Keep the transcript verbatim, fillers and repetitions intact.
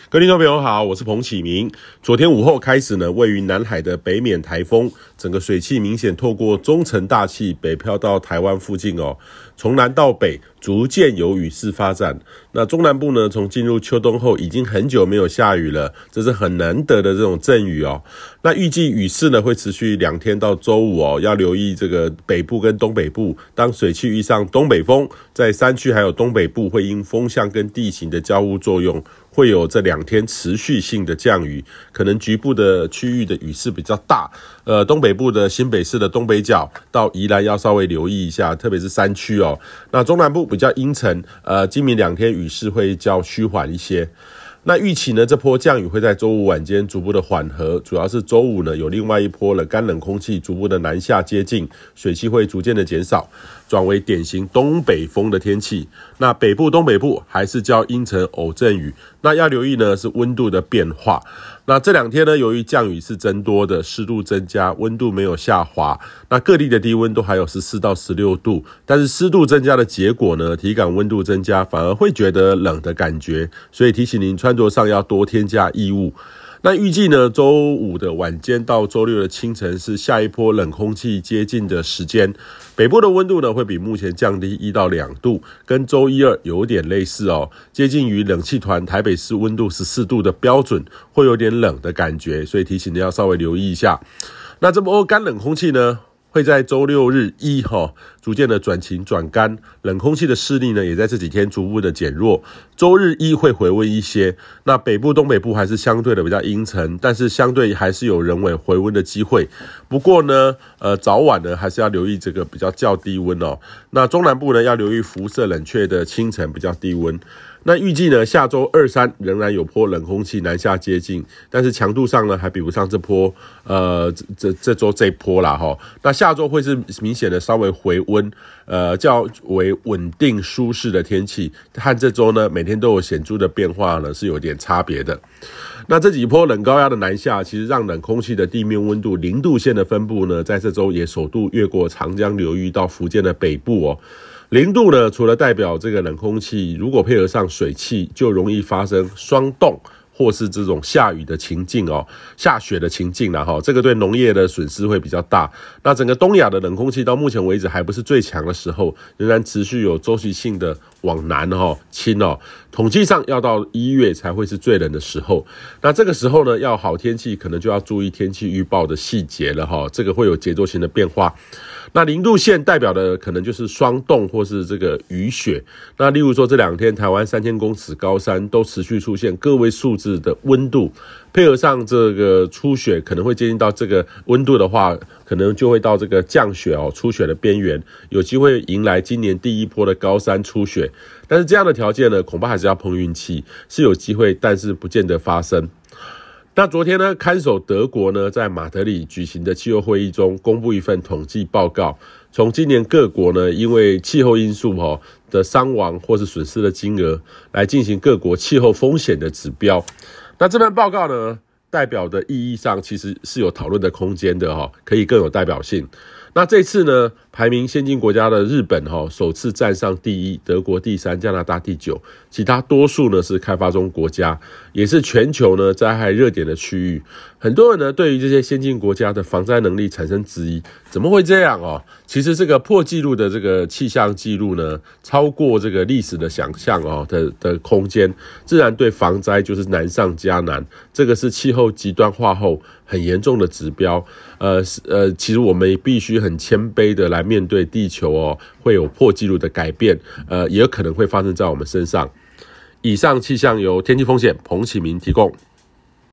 各位听众朋友好，我是彭启明。昨天午后开始呢，位于南海的北缅台风，整个水汽明显透过中层大气北飘到台湾附近哦，从南到北逐渐有雨势发展。那中南部呢，从进入秋冬后已经很久没有下雨了，这是很难得的这种阵雨哦。那预计雨势呢会持续两天到周五哦，要留意这个北部跟东北部，当水汽遇上东北风，在山区还有东北部会因风向跟地形的交互作用，会有这两天持续性的降雨，可能局部的区域的雨势比较大。呃，东北部的新北市的东北角到宜兰要稍微留意一下，特别是山区哦。那中南部比较阴沉，呃，今明两天雨势会较趋缓一些。那预期呢，这波降雨会在周五晚间逐步的缓和，主要是周五呢有另外一波冷干冷空气逐步的南下接近，水汽会逐渐的减少，转为典型东北风的天气。那北部、东北部还是较阴沉偶阵雨，那要留意呢是温度的变化。那这两天呢，由于降雨是增多的，湿度增加，温度没有下滑，那各地的低温都还有十四到十六度，但是湿度增加的结果呢，体感温度增加，反而会觉得冷的感觉，所以提醒您穿着上要多添加衣物。那预计呢，周五的晚间到周六的清晨是下一波冷空气接近的时间。北部的温度呢会比目前降低一到两度，跟周一二有点类似哦，接近于冷气团台北市温度十四度的标准，会有点冷的感觉，所以提醒你要稍微留意一下。那这波干冷空气呢，会在周六日一哈逐渐的转晴转干，冷空气的势力呢也在这几天逐步的减弱。周日一会回温一些，那北部东北部还是相对的比较阴沉，但是相对还是有人为回温的机会。不过呢，呃早晚呢还是要留意这个比较较低温哦。那中南部呢要留意辐射冷却的清晨比较低温。那预计呢，下周二三仍然有波冷空气南下接近，但是强度上呢还比不上这波呃这这周这一波啦齁。那下周会是明显的稍微回温，呃较为稳定舒适的天气，和这周呢每天都有显著的变化呢是有点差别的。那这几波冷高压的南下，其实让冷空气的地面温度零度线的分布呢，在这周也首度越过长江流域到福建的北部哦。零度呢，除了代表这个冷空气，如果配合上水汽，就容易发生霜冻或是这种下雨的情境哦，下雪的情境啦哈，这个对农业的损失会比较大。那整个东亚的冷空气到目前为止还不是最强的时候，仍然持续有周期性的往南哈侵哦。统计上要到一月才会是最冷的时候。那这个时候呢，要好天气，可能就要注意天气预报的细节了哈，这个会有节奏型的变化。那零度线代表的可能就是霜冻或是这个雨雪。那例如说这两天台湾三千公尺高山都持续出现个位数字的温度，配合上这个初雪可能会接近到这个温度的话，可能就会到这个降雪哦，初雪的边缘，有机会迎来今年第一波的高山初雪。但是这样的条件呢，恐怕还是要碰运气，是有机会，但是不见得发生。那昨天呢，看守德国呢在马德里举行的气候会议中，公布一份统计报告，从今年各国呢因为气候因素齁的伤亡或是损失的金额，来进行各国气候风险的指标。那这份报告呢，代表的意义上其实是有讨论的空间的齁，可以更有代表性。那这次呢，排名先进国家的日本齁首次站上第一，德国第三，加拿大第九，其他多数呢是开发中国家，也是全球呢灾害热点的区域。很多人呢对于这些先进国家的防灾能力产生质疑，怎么会这样哦？其实这个破纪录的这个气象纪录呢，超过这个历史的想象哦的的空间，自然对防灾就是难上加难。这个是气候极端化后很严重的指标。呃呃，其实我们必须很谦卑的来面对地球哦，会有破纪录的改变，呃，也有可能会发生在我们身上。以上气象由天气风险彭启明提供。